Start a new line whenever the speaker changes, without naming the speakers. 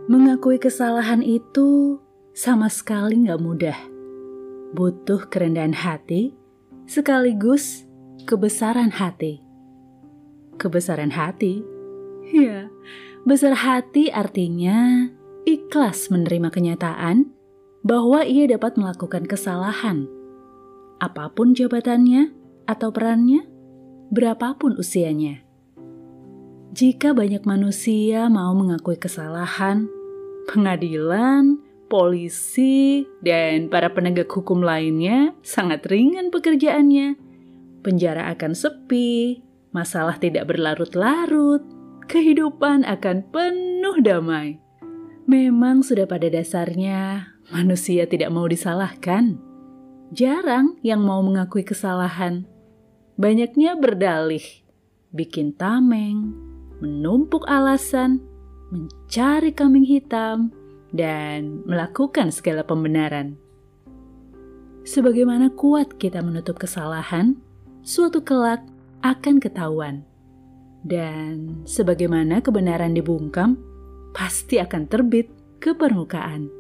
Mengakui kesalahan itu sama sekali gak mudah. Butuh kerendahan hati sekaligus kebesaran hati. Kebesaran hati? Ya, besar hati artinya ikhlas menerima kenyataan bahwa ia dapat melakukan kesalahan. Apapun jabatannya atau perannya, berapapun usianya. Jika banyak manusia mau mengakui kesalahan, pengadilan, polisi, dan para penegak hukum lainnya sangat ringan pekerjaannya. Penjara akan sepi, masalah tidak berlarut-larut, kehidupan akan penuh damai. Memang sudah pada dasarnya manusia tidak mau disalahkan. Jarang yang mau mengakui kesalahan. Banyaknya berdalih, bikin tameng, menumpuk alasan, mencari kambing hitam, dan melakukan segala pembenaran. Sebagaimana kuat kita menutup kesalahan, suatu kelak akan ketahuan. Dan sebagaimana kebenaran dibungkam, pasti akan terbit ke permukaan.